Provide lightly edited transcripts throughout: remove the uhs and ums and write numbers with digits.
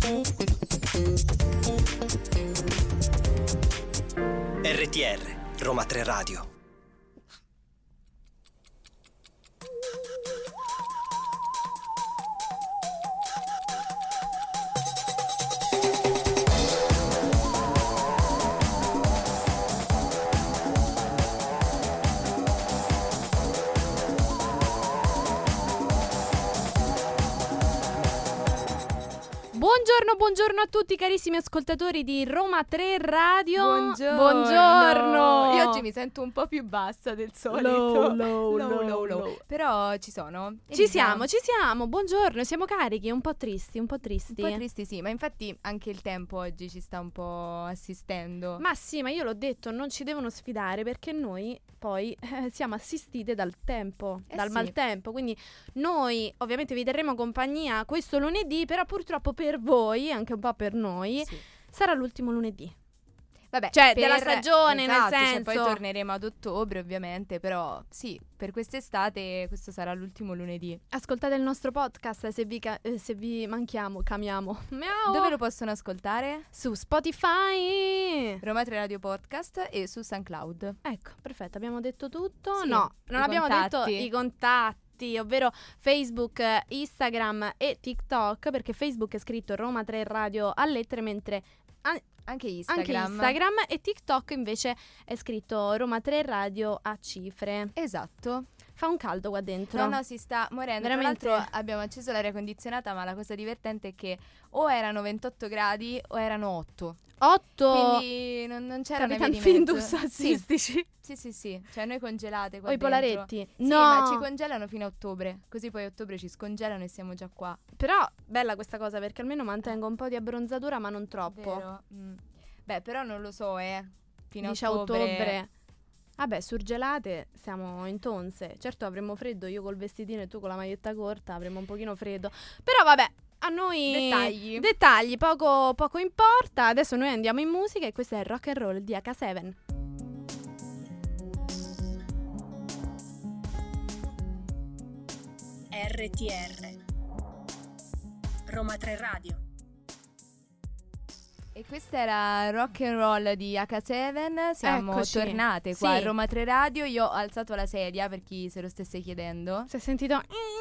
RTR, Roma 3 Radio. Buongiorno a tutti carissimi ascoltatori di Roma 3 Radio. Buongiorno. Io oggi mi sento un po' più bassa del solito. Low. Però ci sono. Ci siamo. Buongiorno, siamo carichi, un po' tristi. Un po' tristi, sì, ma infatti anche il tempo oggi ci sta un po' assistendo. Ma sì, ma io l'ho detto, non ci devono sfidare perché noi poi siamo assistite dal tempo, dal maltempo. Quindi noi ovviamente vi terremo compagnia questo lunedì, però purtroppo per voi, anche un po' per noi, sarà l'ultimo lunedì. Vabbè, cioè della stagione, esatto, nel senso. Poi torneremo ad ottobre ovviamente, però sì, per quest'estate questo sarà l'ultimo lunedì. Ascoltate il nostro podcast se vi manchiamo, camiamo. Miau. Dove lo possono ascoltare? Su Spotify, Roma 3 Radio Podcast e su SoundCloud. Ecco, perfetto, abbiamo detto tutto? Sì, no, non abbiamo contatti. detto i contatti, ovvero Facebook, Instagram e TikTok, perché Facebook è scritto Roma 3 Radio a lettere, mentre anche Instagram e TikTok invece è scritto Roma 3 Radio a cifre. Esatto. Fa un caldo qua dentro. No, si sta morendo. Veramente. Tra l'altro abbiamo acceso l'aria condizionata, ma la cosa divertente è che o erano 28 gradi o erano 8. Quindi non c'era una via Capitan di Findus mezzo. assistici. Sì. Cioè noi congelate qua O i dentro. polaretti. Sì, No, ma ci congelano fino a ottobre. Così poi a ottobre ci scongelano e siamo già qua. però bella questa cosa perché almeno mantengo un po' di abbronzatura, ma non troppo. Vero? Beh, però non lo so, fino Dice a ottobre. Vabbè, surgelate siamo in tonse. Certo avremmo freddo, io col vestitino e tu con la maglietta corta avremmo un pochino freddo. Però vabbè, a noi dettagli poco importa. Adesso noi andiamo in musica e questo è il Rock and Roll di H7. RTR Roma 3 Radio. E questo era Rock and Roll di H7. Siamo Eccoci. tornate qua Sì. a Roma 3 Radio. Io ho alzato la sedia per chi se lo stesse chiedendo. Si è sentito?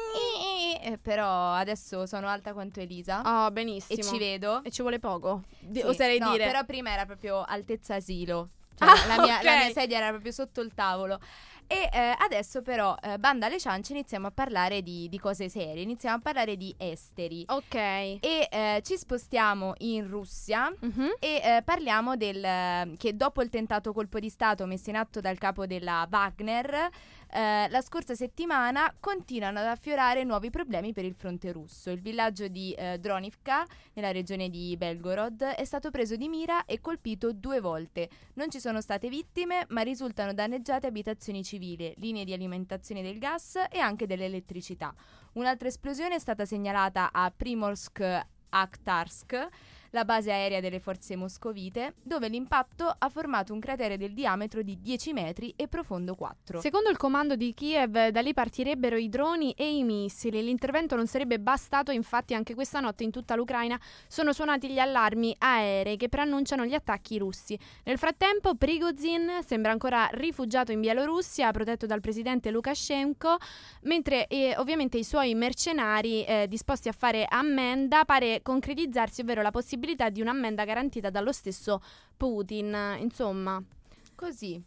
Però adesso sono alta quanto Elisa. Oh, benissimo. E ci vedo. E ci vuole poco. Sì. Oserei No, dire. però prima era proprio altezza asilo. Cioè, Ah, la mia ok. sedia era proprio sotto il tavolo. E adesso però, banda alle ciance, iniziamo a parlare di cose serie. Iniziamo a parlare di esteri. Ok. E ci spostiamo in Russia e parliamo che dopo il tentato colpo di stato messo in atto dal capo della Wagner, la scorsa settimana continuano ad affiorare nuovi problemi per il fronte russo. Il villaggio di Dronivka, nella regione di Belgorod, è stato preso di mira e colpito 2 volte. Non ci sono state vittime, ma risultano danneggiate abitazioni civili, linee di alimentazione del gas e anche dell'elettricità. Un'altra esplosione è stata segnalata a Primorsk-Akhtarsk, la base aerea delle forze moscovite, dove l'impatto ha formato un cratere del diametro di 10 metri e profondo 4. Secondo il comando di Kiev, da lì partirebbero i droni e i missili. L'intervento non sarebbe bastato, infatti anche questa notte in tutta l'Ucraina sono suonati gli allarmi aerei che preannunciano gli attacchi russi. Nel frattempo Prigozhin sembra ancora rifugiato in Bielorussia, protetto dal presidente Lukashenko, mentre ovviamente i suoi mercenari disposti a fare ammenda pare concretizzarsi, ovvero la possibilità di un'ammenda garantita dallo stesso Putin. Insomma, così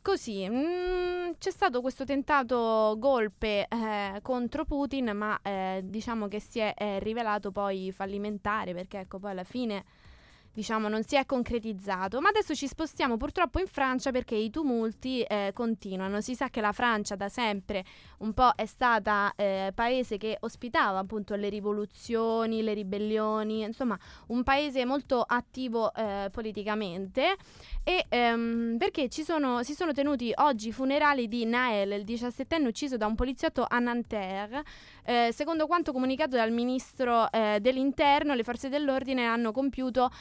c'è stato questo tentato golpe contro Putin, ma diciamo che si è rivelato poi fallimentare, perché ecco, poi alla fine non si è concretizzato. Ma adesso ci spostiamo purtroppo in Francia, perché i tumulti continuano. Si sa che la Francia da sempre un po' è stata paese che ospitava appunto le rivoluzioni, le ribellioni, insomma un paese molto attivo politicamente, e perché si sono tenuti oggi i funerali di Naël, il 17enne ucciso da un poliziotto a Nanterre. Secondo quanto comunicato dal ministro dell'interno, le forze dell'ordine hanno compiuto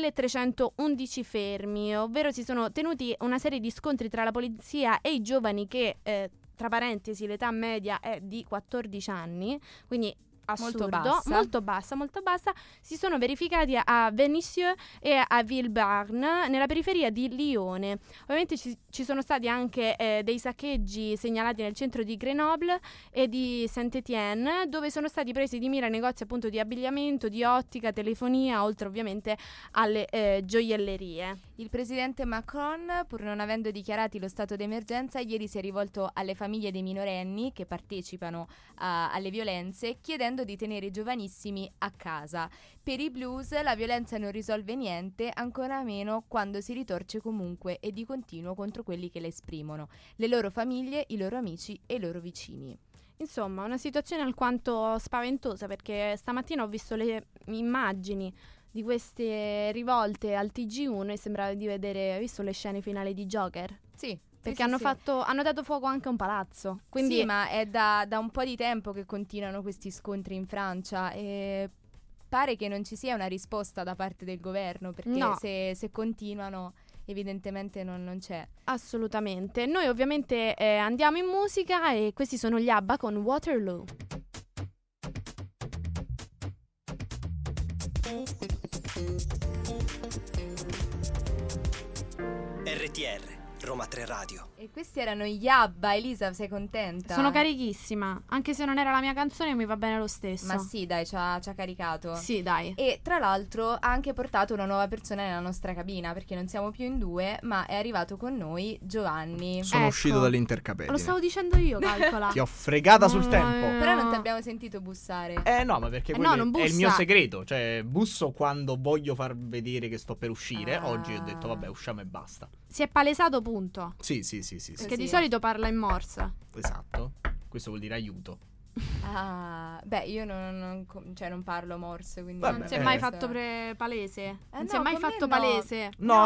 1311 fermi, ovvero si sono tenuti una serie di scontri tra la polizia e i giovani che, tra parentesi, l'età media è di 14 anni, quindi assurdo, Molto bassa. molto bassa, si sono verificati a Vénissieux e a Villebarne, nella periferia di Lione. Ovviamente ci sono stati anche dei saccheggi segnalati nel centro di Grenoble e di Saint-Étienne, dove sono stati presi di mira negozi appunto di abbigliamento, di ottica, telefonia, oltre ovviamente alle gioiellerie. Il presidente Macron, pur non avendo dichiarato lo stato d'emergenza, ieri si è rivolto alle famiglie dei minorenni che partecipano alle violenze, chiedendo di tenere i giovanissimi a casa. Per i blues la violenza non risolve niente, ancora meno quando si ritorce comunque e di continuo contro quelli che la esprimono, le loro famiglie, i loro amici e i loro vicini. Insomma, una situazione alquanto spaventosa, perché stamattina ho visto le immagini di queste rivolte al TG1 e sembrava di vedere, hai visto le scene finali di Joker? Sì. Perché hanno dato fuoco anche a un palazzo. Quindi sì, ma è da un po' di tempo che continuano questi scontri in Francia e pare che non ci sia una risposta da parte del governo, perché no, se continuano evidentemente non c'è. Assolutamente. Noi ovviamente andiamo in musica e questi sono gli ABBA con Waterloo. RTR Roma 3 Radio. E questi erano gli ABBA. Elisa, sei contenta? Sono carichissima. Anche se non era la mia canzone mi va bene lo stesso. Ma sì, dai, ci ha caricato. Sì, dai. E tra l'altro ha anche portato una nuova persona nella nostra cabina, perché non siamo più in due, ma è arrivato con noi Giovanni. Sono Ecco. uscito dall'intercapedine. Lo stavo dicendo io, calcola. Ti ho fregata sul No, tempo. Però non ti abbiamo sentito bussare. No, ma perché no, quello non è il bussa. mio segreto. Cioè, busso quando voglio far vedere che sto per uscire. Ah. Oggi ho detto, vabbè, usciamo e basta. Si è palesato, punto. Sì. Perché Sì. di solito parla in morse. Esatto. Questo vuol dire aiuto. Ah, beh, io non parlo morse, quindi Vabbè, Non si è mai eh. fatto palese? Non no, si è mai con me fatto no. palese? No.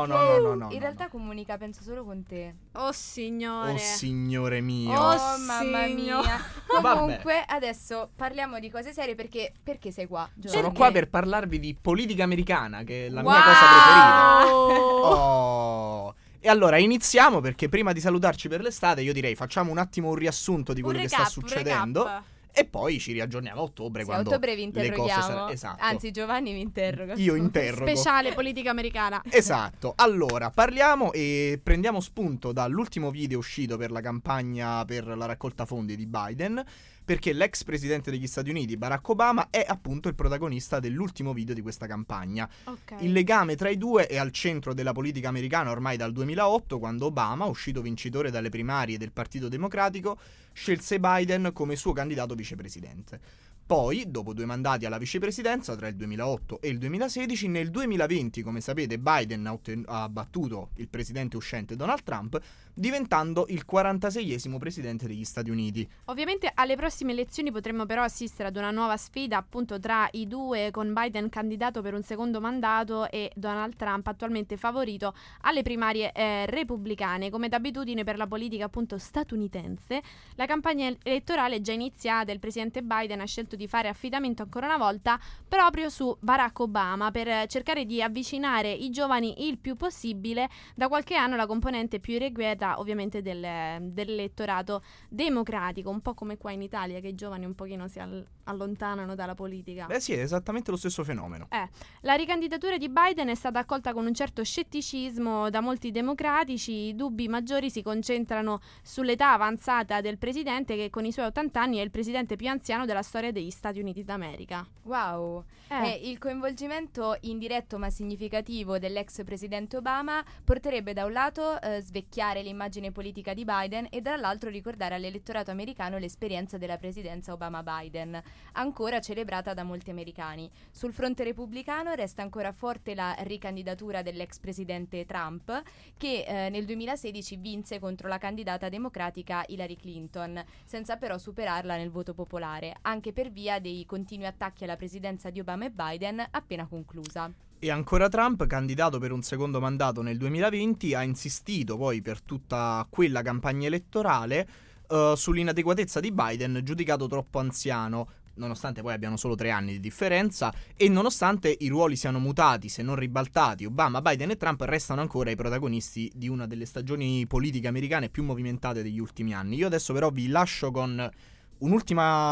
In realtà comunica, penso, solo con te. Oh signore. Oh signore mio. Oh, mamma segno. mia. Vabbè. Comunque, adesso parliamo di cose serie perché sei qua, Giovanni? Sono qua per parlarvi di politica americana, che è la mia Wow! cosa preferita. Oh. Oh. E allora iniziamo, perché prima di salutarci per l'estate io direi facciamo un attimo un riassunto di quello che sta succedendo e poi ci riaggiorniamo a ottobre, Sì, quando a ottobre vi le cose interroghiamo. saranno. Esatto. Anzi, Giovanni vi interroga. Io interrogo. Speciale politica americana. Esatto. Allora, parliamo e prendiamo spunto dall'ultimo video uscito per la campagna per la raccolta fondi di Biden, perché l'ex presidente degli Stati Uniti, Barack Obama, è appunto il protagonista dell'ultimo video di questa campagna. Ok. Il legame tra i due è al centro della politica americana ormai dal 2008, quando Obama, uscito vincitore dalle primarie del Partito Democratico, scelse Biden come suo candidato vicepresidente. Poi, dopo 2 mandati alla vicepresidenza tra il 2008 e il 2016, nel 2020, come sapete, Biden ha battuto il presidente uscente Donald Trump, diventando il 46esimo presidente degli Stati Uniti. Ovviamente alle prossime elezioni potremmo però assistere ad una nuova sfida appunto tra i due, con Biden candidato per un secondo mandato e Donald Trump attualmente favorito alle primarie repubblicane. Come d'abitudine per la politica appunto statunitense, la campagna elettorale è già iniziata e il presidente Biden ha scelto di fare affidamento ancora una volta proprio su Barack Obama per cercare di avvicinare i giovani il più possibile. Da qualche anno la componente più irrequieta ovviamente dell'elettorato democratico, un po' come qua in Italia, che i giovani un pochino si allontanano dalla politica. Beh sì, è esattamente lo stesso fenomeno. La ricandidatura di Biden è stata accolta con un certo scetticismo da molti democratici. I dubbi maggiori si concentrano sull'età avanzata del presidente, che con i suoi 80 anni è il presidente più anziano della storia degli Stati Uniti d'America. Wow. Il coinvolgimento indiretto ma significativo dell'ex presidente Obama porterebbe da un lato svecchiare l'immagine politica di Biden e dall'altro ricordare all'elettorato americano l'esperienza della presidenza Obama-Biden, ancora celebrata da molti americani. Sul fronte repubblicano resta ancora forte la ricandidatura dell'ex presidente Trump, che nel 2016 vinse contro la candidata democratica Hillary Clinton, senza però superarla nel voto popolare, anche per via dei continui attacchi alla presidenza di Obama e Biden appena conclusa. E ancora Trump, candidato per un secondo mandato nel 2020, ha insistito poi per tutta quella campagna elettorale sull'inadeguatezza di Biden, giudicato troppo anziano, nonostante poi abbiano solo 3 anni di differenza e nonostante i ruoli siano mutati, se non ribaltati. Obama, Biden e Trump restano ancora i protagonisti di una delle stagioni politiche americane più movimentate degli ultimi anni. Io adesso però vi lascio con un'ultima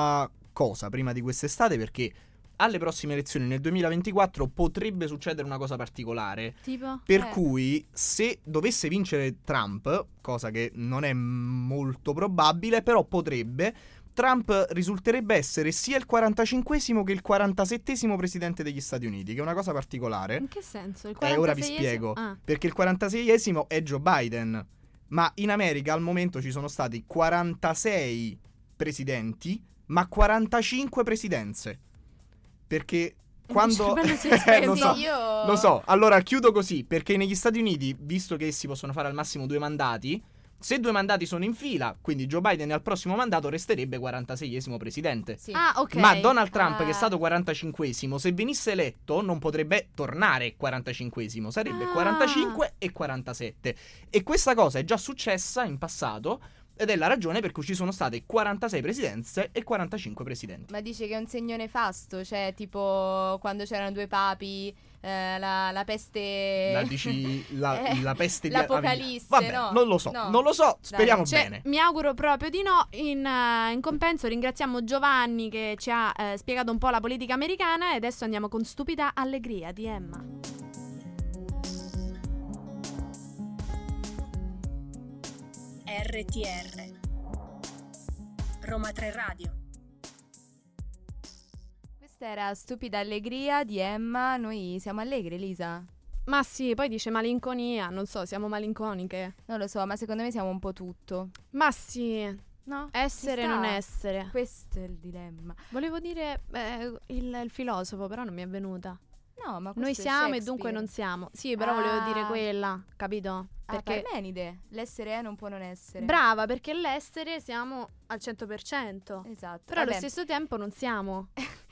cosa prima di quest'estate, perché alle prossime elezioni nel 2024 potrebbe succedere una cosa particolare. Tipo? Per cui se dovesse vincere Trump, cosa che non è molto probabile, però potrebbe, Trump risulterebbe essere sia il 45esimo che il 47esimo presidente degli Stati Uniti, che è una cosa particolare. In che senso? Il Ora vi 46esimo? spiego. Ah. Perché il 46esimo è Joe Biden, ma in America al momento ci sono stati 46 presidenti, ma 45 presidenze. Perché quando lo so, allora chiudo così, perché negli Stati Uniti, visto che essi possono fare al massimo 2 mandati, se 2 mandati sono in fila, quindi Joe Biden al prossimo mandato resterebbe 46esimo presidente. Sì. Ah, ok. Ma Donald Trump, che è stato 45esimo, se venisse eletto non potrebbe tornare 45esimo, sarebbe 45 e 47. E questa cosa è già successa in passato, ed è la ragione per cui ci sono state 46 presidenze e 45 presidenti. Ma dice che è un segno nefasto, cioè tipo quando c'erano 2 papi, la peste... La peste di l'Apocalisse, Vabbè, no? non lo so, No. non lo so, speriamo Cioè, bene. mi auguro proprio di no. In compenso ringraziamo Giovanni che ci ha spiegato un po' la politica americana, e adesso andiamo con Stupida Allegria di Emma. RTR Roma 3 Radio. Questa era Stupida Allegria di Emma. Noi siamo allegri, Elisa? Ma sì, poi dice malinconia, non so, siamo malinconiche. Non lo so, ma secondo me siamo un po' tutto. Ma sì, No? essere Ci sta. non essere. Questo è il dilemma. Volevo dire il filosofo, però non mi è venuta. No, ma Noi questo è siamo e Shakespeare. dunque non siamo. Sì, però volevo dire Ah. quella, capito? Perché Parmenide, l'essere è non può non essere. brava, perché l'essere siamo al 100%. Esatto. Però allo Vabbè. stesso tempo non siamo.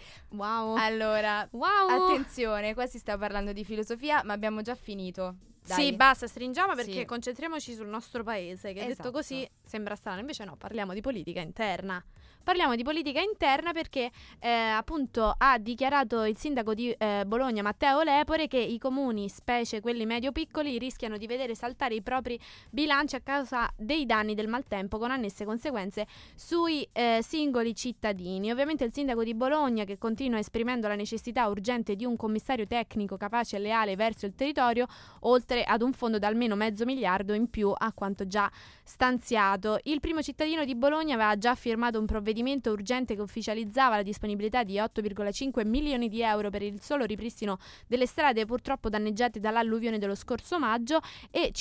Wow. Allora, Wow. attenzione, qua si sta parlando di filosofia, ma abbiamo già finito. Dai. Sì, basta, stringiamo perché Sì. concentriamoci sul nostro paese, che detto Esatto. così sembra strano, invece no, parliamo di politica interna. Parliamo di politica interna perché appunto ha dichiarato il sindaco di Bologna, Matteo Lepore, che i comuni, specie quelli medio-piccoli, rischiano di vedere saltare i propri bilanci a causa dei danni del maltempo, con annesse conseguenze sui singoli cittadini. Ovviamente il sindaco di Bologna, che continua esprimendo la necessità urgente di un commissario tecnico capace e leale verso il territorio, oltre ad un fondo da almeno $500 milioni in più a quanto già stanziato. Il primo cittadino di Bologna aveva già firmato un provvedimento urgente che ufficializzava la disponibilità di 8,5 milioni di euro per il solo ripristino delle strade purtroppo danneggiate dall'alluvione dello scorso maggio, e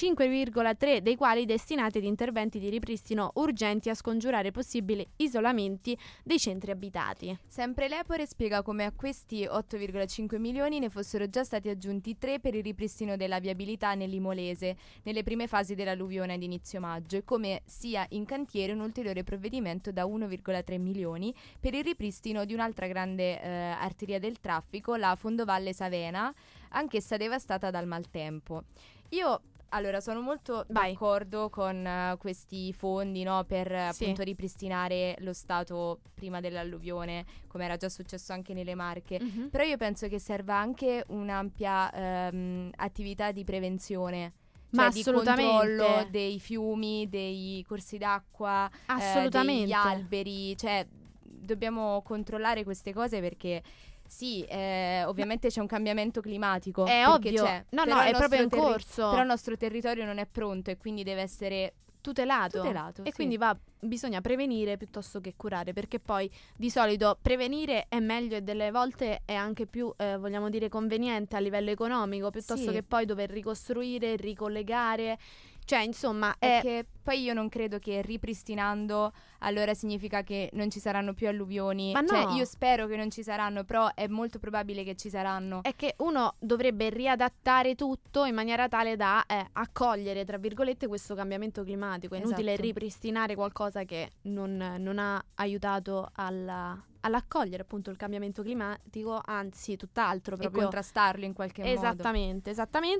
5,3 dei quali destinati ad interventi di ripristino urgenti a scongiurare possibili isolamenti dei centri abitati. Sempre Lepore spiega come a questi 8,5 milioni ne fossero già stati aggiunti 3 per il ripristino della viabilità nell'Imolese nelle prime fasi dell'alluvione ad inizio maggio, e come sia in cantiere un ulteriore provvedimento da 1,3 milioni per il ripristino di un'altra grande arteria del traffico, la Fondovalle Savena, anch'essa devastata dal maltempo. Io allora sono molto d'accordo con questi fondi, no, per appunto ripristinare lo stato prima dell'alluvione, come era già successo anche nelle Marche. Però io penso che serva anche un'ampia attività di prevenzione. Cioè Ma di assolutamente. controllo dei fiumi, dei corsi d'acqua, Assolutamente. degli alberi. Cioè dobbiamo controllare queste cose perché sì, ovviamente c'è un cambiamento climatico. È perché ovvio. c'è, No, però no, il è proprio in nostro corso. Però il nostro territorio non è pronto e quindi deve essere tutelato. Tutelato, E sì. quindi bisogna prevenire piuttosto che curare, perché poi di solito prevenire è meglio e delle volte è anche più, vogliamo dire, conveniente a livello economico, piuttosto Sì. che poi dover ricostruire, ricollegare. Cioè, insomma, Perché poi io non credo che ripristinando allora significa che non ci saranno più alluvioni. Ma no. Cioè, io spero che non ci saranno, però è molto probabile che ci saranno. è che uno dovrebbe riadattare tutto in maniera tale da accogliere, tra virgolette, questo cambiamento climatico. È inutile Esatto. ripristinare qualcosa che non ha aiutato all'accogliere appunto il cambiamento climatico, anzi tutt'altro, E proprio contrastarlo in qualche modo. esattamente.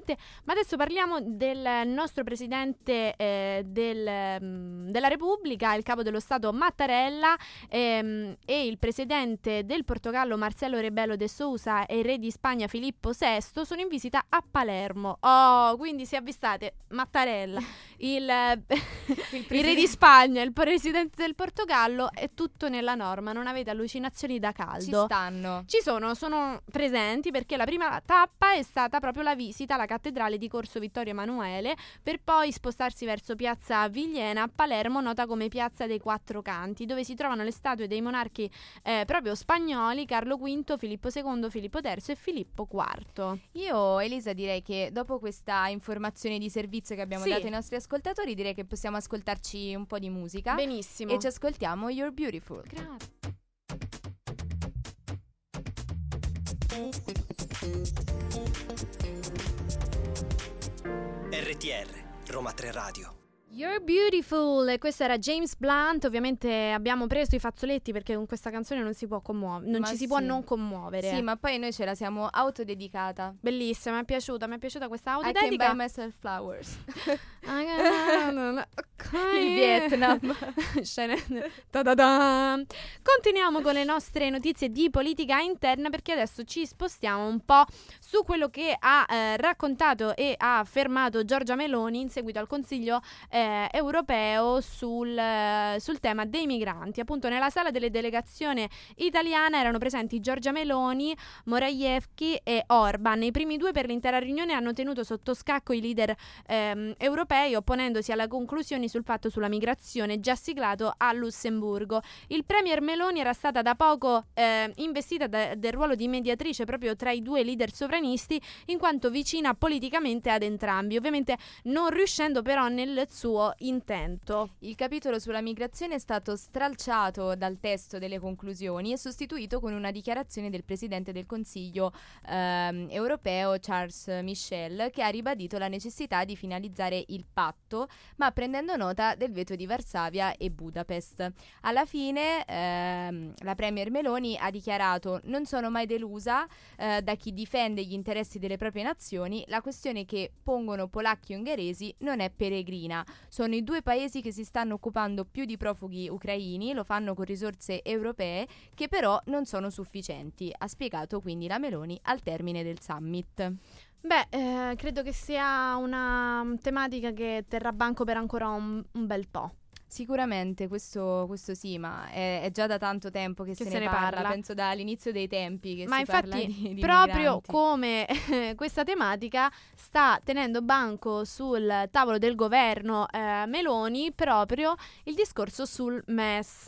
Ma adesso parliamo del nostro presidente della Repubblica, il capo dello Stato Mattarella, e il presidente del Portogallo Marcelo Rebelo de Sousa e il re di Spagna Filippo VI sono in visita a Palermo. Oh, quindi se avvistate Mattarella, il re di Spagna, il presidente del Portogallo, è tutto nella norma, non avete allucinato. allucinazioni da caldo. Ci sono presenti perché la prima tappa è stata proprio la visita alla cattedrale di Corso Vittorio Emanuele, per poi spostarsi verso piazza Vigliena a Palermo, nota come piazza dei Quattro Canti, dove si trovano le statue dei monarchi proprio spagnoli, Carlo V, Filippo II, Filippo III e Filippo IV. Io, Elisa, direi che dopo questa informazione di servizio che abbiamo Sì. dato ai nostri ascoltatori, direi che possiamo ascoltarci un po' di musica. Benissimo. E ci ascoltiamo You're Beautiful. Grazie. RTR, Roma 3 Radio. You're Beautiful, e questo era James Blunt. Ovviamente abbiamo preso i fazzoletti perché con questa canzone non si può commuovere, non Ma ci si sì. può non commuovere. Sì, ma poi noi ce la siamo autodedicata. Bellissima, mi è piaciuta questa I can autodedica. buy myself flowers. Il Vietnam. Continuiamo con le nostre notizie di politica interna, perché adesso ci spostiamo un po' su quello che ha raccontato e ha affermato Giorgia Meloni in seguito al Consiglio europeo sul tema dei migranti. Appunto, nella sala delle delegazioni italiana erano presenti Giorgia Meloni, Morawiecki e Orban. I primi due per l'intera riunione hanno tenuto sotto scacco i leader europei, opponendosi alle conclusioni sul patto sulla migrazione già siglato a Lussemburgo. Il premier Meloni era stata da poco investita del ruolo di mediatrice proprio tra i due leader sovranisti, in quanto vicina politicamente ad entrambi, ovviamente non riuscendo però nel suo intento. Il capitolo sulla migrazione è stato stralciato dal testo delle conclusioni e sostituito con una dichiarazione del Presidente del Consiglio europeo Charles Michel, che ha ribadito la necessità di finalizzare il patto, ma prendendo nota del veto di Varsavia e Budapest. Alla fine la premier Meloni ha dichiarato: non sono mai delusa da chi difende gli interessi delle proprie nazioni, la questione che pongono polacchi e ungheresi non è peregrina, sono i due paesi che si stanno occupando più di profughi ucraini, lo fanno con risorse europee che però non sono sufficienti, ha spiegato quindi la Meloni al termine del summit. Beh, credo che sia una tematica che terrà banco per ancora un bel po'. Sicuramente, questo sì, ma è già da tanto tempo che se ne parla, penso dall'inizio dei tempi che ma si infatti parla di proprio migranti. come questa tematica sta tenendo banco sul tavolo del governo Meloni proprio il discorso sul MES,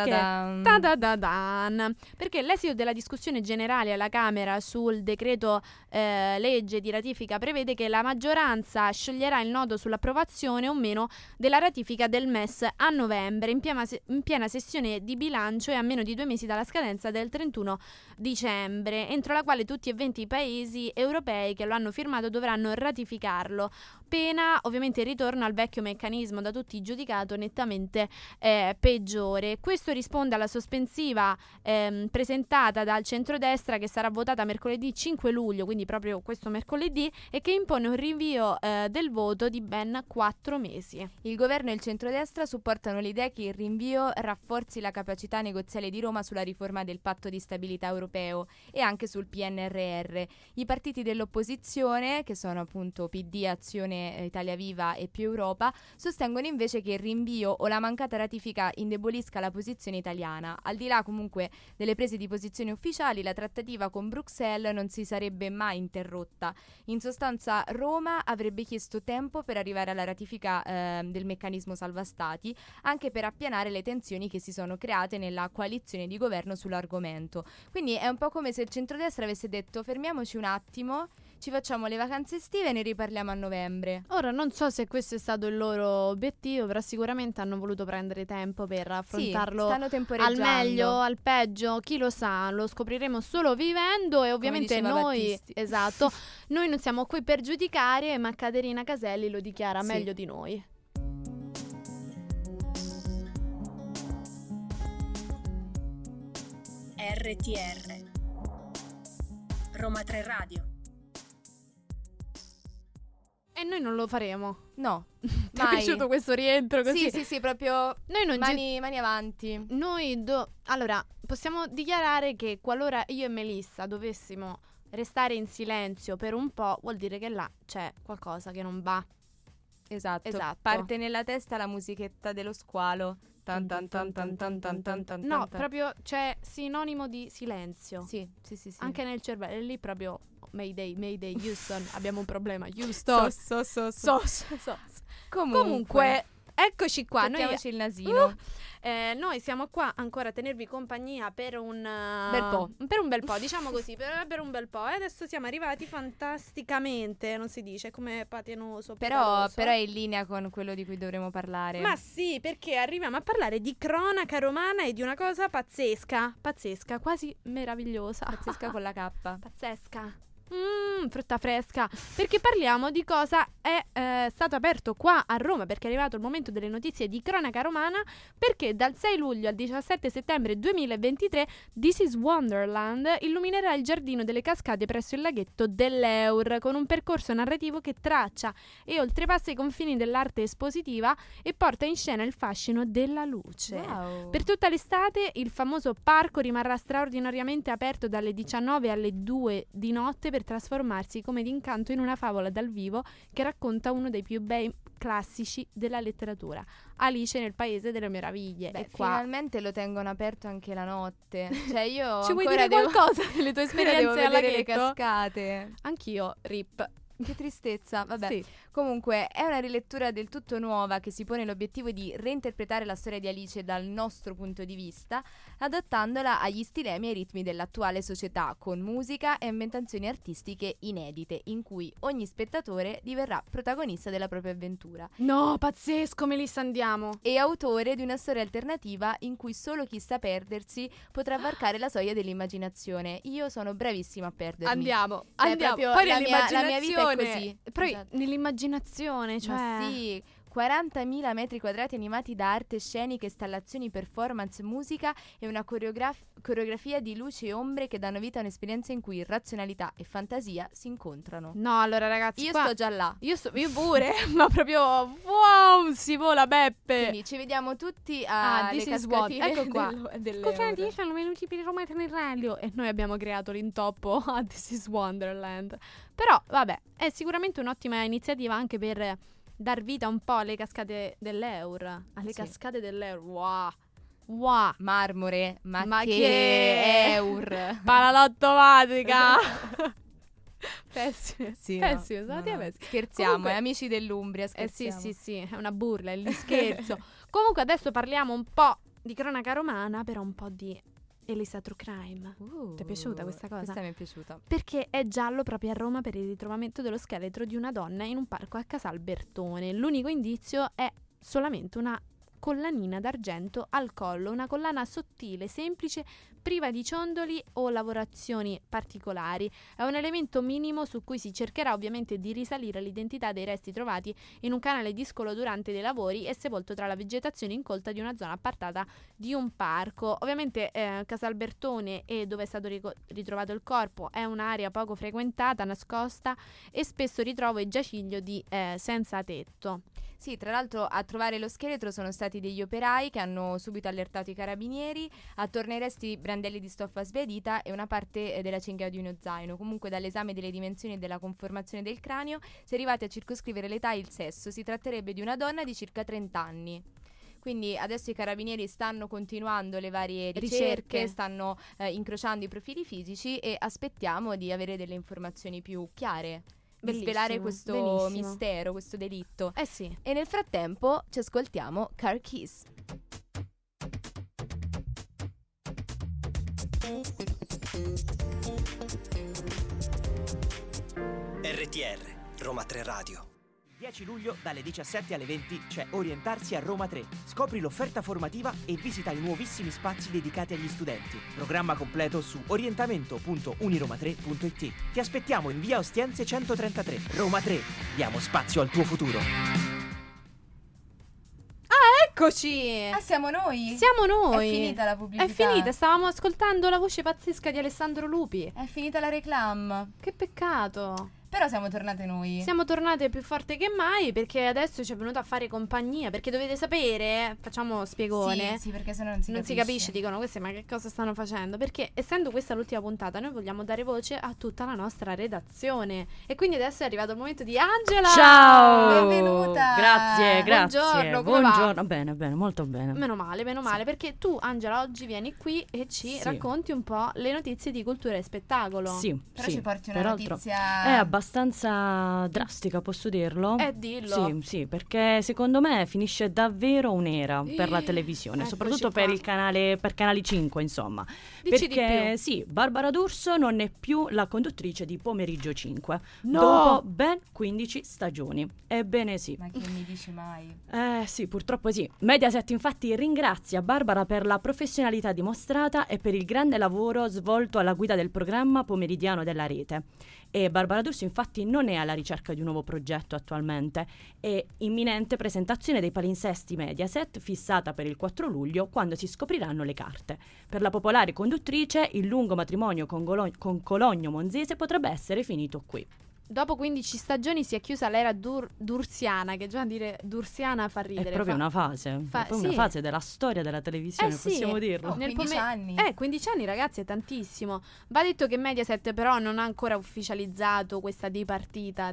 perché l'esito della discussione generale alla Camera sul decreto legge di ratifica prevede che la maggioranza sceglierà il nodo sull'approvazione o meno della ratifica del MES a novembre, in piena sessione di bilancio e a meno di 2 mesi dalla scadenza del 31 dicembre, entro la quale tutti e 20 i paesi europei che lo hanno firmato dovranno ratificarlo, pena ovviamente il ritorno al vecchio meccanismo da tutti giudicato nettamente peggiore. Questo risponde alla sospensiva presentata dal centrodestra, che sarà votata mercoledì 5 luglio, quindi proprio questo mercoledì, e che impone un rinvio del voto di ben 4 mesi. Il governo e il centrodestra supportano l'idea che il rinvio rafforzi la capacità negoziale di Roma sulla riforma del patto di stabilità europeo e anche sul PNRR. I partiti dell'opposizione, che sono appunto PD, Azione, Italia Viva e Più Europa, sostengono invece che il rinvio o la mancata ratifica indebolisca la posizione italiana. Al di là comunque delle prese di posizione ufficiali, la trattativa con Bruxelles non si sarebbe mai interrotta. In sostanza, Roma avrebbe chiesto tempo per arrivare alla ratifica del meccanismo salva stati, anche per appianare le tensioni che si sono create nella coalizione di governo sull'argomento. Quindi è un po' come se il centrodestra avesse detto: fermiamoci un attimo, ci facciamo le vacanze estive e ne riparliamo a novembre. Ora non so se questo è stato il loro obiettivo, però sicuramente hanno voluto prendere tempo per affrontarlo al meglio, al peggio, chi lo sa, lo scopriremo solo vivendo. E ovviamente noi, esatto, noi non siamo qui per giudicare, ma Caterina Caselli lo dichiara meglio di noi. RTR Roma 3 Radio. E noi non lo faremo. No. Ti è piaciuto questo rientro così? Sì, proprio noi non mani avanti. Allora, possiamo dichiarare che qualora io e Melissa dovessimo restare in silenzio per un po', vuol dire che là c'è qualcosa che non va. Esatto. Parte nella testa la musichetta dello squalo. No, proprio c'è sinonimo di silenzio. Sì. Anche nel cervello, è lì proprio Mayday, Houston, abbiamo un problema, Houston. Comunque, eccoci qua. Tocchiamoci il nasino. Noi siamo qua ancora a tenervi compagnia per un bel po'. diciamo così, per un bel po'. E adesso siamo arrivati fantasticamente, non si dice, come patenoso. Però è in linea con quello di cui dovremo parlare. Ma sì, perché arriviamo a parlare di cronaca romana e di una cosa pazzesca, quasi meravigliosa. Pazzesca con la K. Pazzesca. Frutta fresca. Perché parliamo di cosa è stato aperto qua a Roma, perché è arrivato il momento delle notizie di cronaca romana, perché dal 6 luglio al 17 settembre 2023 This is Wonderland illuminerà il giardino delle cascate presso il laghetto dell'Eur, con un percorso narrativo che traccia e oltrepassa i confini dell'arte espositiva e porta in scena il fascino della luce. Wow. Per tutta l'estate il famoso parco rimarrà straordinariamente aperto dalle 19 alle 2 di notte per trasformarsi come d'incanto in una favola dal vivo che racconta uno dei più bei classici della letteratura, Alice nel Paese delle Meraviglie. Beh, e qua finalmente lo tengono aperto anche la notte. Cioè io ci vuoi ancora dire qualcosa delle tue esperienze devo alla vedere le ghetto? cascate. Anch'io, rip. Che tristezza, vabbè. Sì. Comunque è una rilettura del tutto nuova che si pone l'obiettivo di reinterpretare la storia di Alice dal nostro punto di vista, adattandola agli stilemi e ai ritmi dell'attuale società, con musica e ambientazioni artistiche inedite, in cui ogni spettatore diverrà protagonista della propria avventura. No, pazzesco, Melissa, andiamo. E autore di una storia alternativa in cui solo chi sa perdersi potrà varcare la soglia dell'immaginazione. Io sono bravissima a perdermi. Andiamo. Proprio Poi la mia vita è così. Poi Esatto. nell'immaginazione, cioè Ma sì, 40.000 metri quadrati animati da arte scenica, installazioni, performance, musica e una coreografia di luci e ombre che danno vita a un'esperienza in cui razionalità e fantasia si incontrano. No, allora ragazzi, Io qua sto già là. Io pure, ma proprio wow, si vola Beppe. Quindi ci vediamo tutti alle This is what. cascatine Ecco qua. dell'Euro. Sono venuti per Roma nel radio e noi abbiamo creato l'intoppo a This is Wonderland. Però, vabbè, è sicuramente un'ottima iniziativa anche per dar vita un po' alle cascate dell'Eur. Alle cascate dell'Eur. Wow. Marmore, ma che che Eur. Palalottomatica. Pessimo. Sì, Pessimo, no, sono no. pessimo. Scherziamo, Comunque- amici dell'Umbria, scherziamo. Sì, è una burla, è gli scherzo. Comunque adesso parliamo un po' di cronaca romana, però un po' di Elisa True Crime. Ti è piaciuta questa cosa? Questa mi è piaciuta. Perché è giallo proprio a Roma per il ritrovamento dello scheletro di una donna in un parco a Casalbertone. L'unico indizio è solamente una collanina d'argento al collo, una collana sottile, semplice, priva di ciondoli o lavorazioni particolari. È un elemento minimo su cui si cercherà ovviamente di risalire l'identità dei resti trovati in un canale discolo durante dei lavori e sepolto tra la vegetazione incolta di una zona appartata di un parco. Ovviamente Casalbertone e dove è stato ritrovato il corpo è un'area poco frequentata, nascosta e spesso ritrovo il giaciglio di senza tetto. Sì, tra l'altro a trovare lo scheletro sono stati degli operai che hanno subito allertato i carabinieri. Attorno ai resti brandelli di stoffa sbiadita e una parte della cinghia di uno zaino. Comunque dall'esame delle dimensioni e della conformazione del cranio si è arrivati a circoscrivere l'età e il sesso. Si tratterebbe di una donna di circa 30 anni. Quindi adesso i carabinieri stanno continuando le varie ricerche, stanno incrociando i profili fisici e aspettiamo di avere delle informazioni più chiare. Di svelare questo mistero, questo delitto. Eh sì. E nel frattempo ci ascoltiamo Car Keys. RTR, Roma 3 Radio. 10 luglio dalle 17 alle 20 c'è Orientarsi a Roma 3. Scopri l'offerta formativa e visita i nuovissimi spazi dedicati agli studenti. Programma completo su orientamento.uniroma3.it. Ti aspettiamo in via Ostiense 133. Roma 3. Diamo spazio al tuo futuro. Eccoci! Ah, siamo noi? Siamo noi! È finita la pubblicità. È finita, stavamo ascoltando la voce pazzesca di Alessandro Lupi. È finita la reclam. Che peccato! Però siamo tornate noi. Siamo tornate più forte che mai, perché adesso ci è venuto a fare compagnia. Perché dovete sapere, facciamo spiegone. Sì, perché sennò non si capisce, dicono questi ma che cosa stanno facendo? Perché essendo questa l'ultima puntata, noi vogliamo dare voce a tutta la nostra redazione. E quindi adesso è arrivato il momento di Angela. Ciao! Benvenuta. Grazie. Buongiorno, come Buongiorno. va? Bene, molto bene. Meno male, perché tu, Angela, oggi vieni qui e ci racconti un po' le notizie di cultura e spettacolo. Sì, Però ci porti una peraltro notizia... è abbastanza drastica, posso dirlo? Dillo. Sì, perché secondo me finisce davvero un'era per la televisione, soprattutto per il canale, per Canale 5, insomma. Dici perché di più. sì, Barbara D'Urso non è più la conduttrice di Pomeriggio 5 No! dopo ben 15 stagioni. Ebbene sì. Ma che mi dici mai? Sì, purtroppo sì. Mediaset infatti ringrazia Barbara per la professionalità dimostrata e per il grande lavoro svolto alla guida del programma pomeridiano della rete. E Barbara D'Urso infatti non è alla ricerca di un nuovo progetto attualmente. È imminente presentazione dei palinsesti Mediaset fissata per il 4 luglio, quando si scopriranno le carte. Per la popolare conduttrice il lungo matrimonio con Cologno Monzese potrebbe essere finito qui. Dopo 15 stagioni si è chiusa l'era dursiana, che già dire dursiana fa ridere. È proprio una fase, una fase della storia della televisione, possiamo dirlo. 15 anni. 15 anni, ragazzi, è tantissimo. Va detto che Mediaset però non ha ancora ufficializzato questa dipartita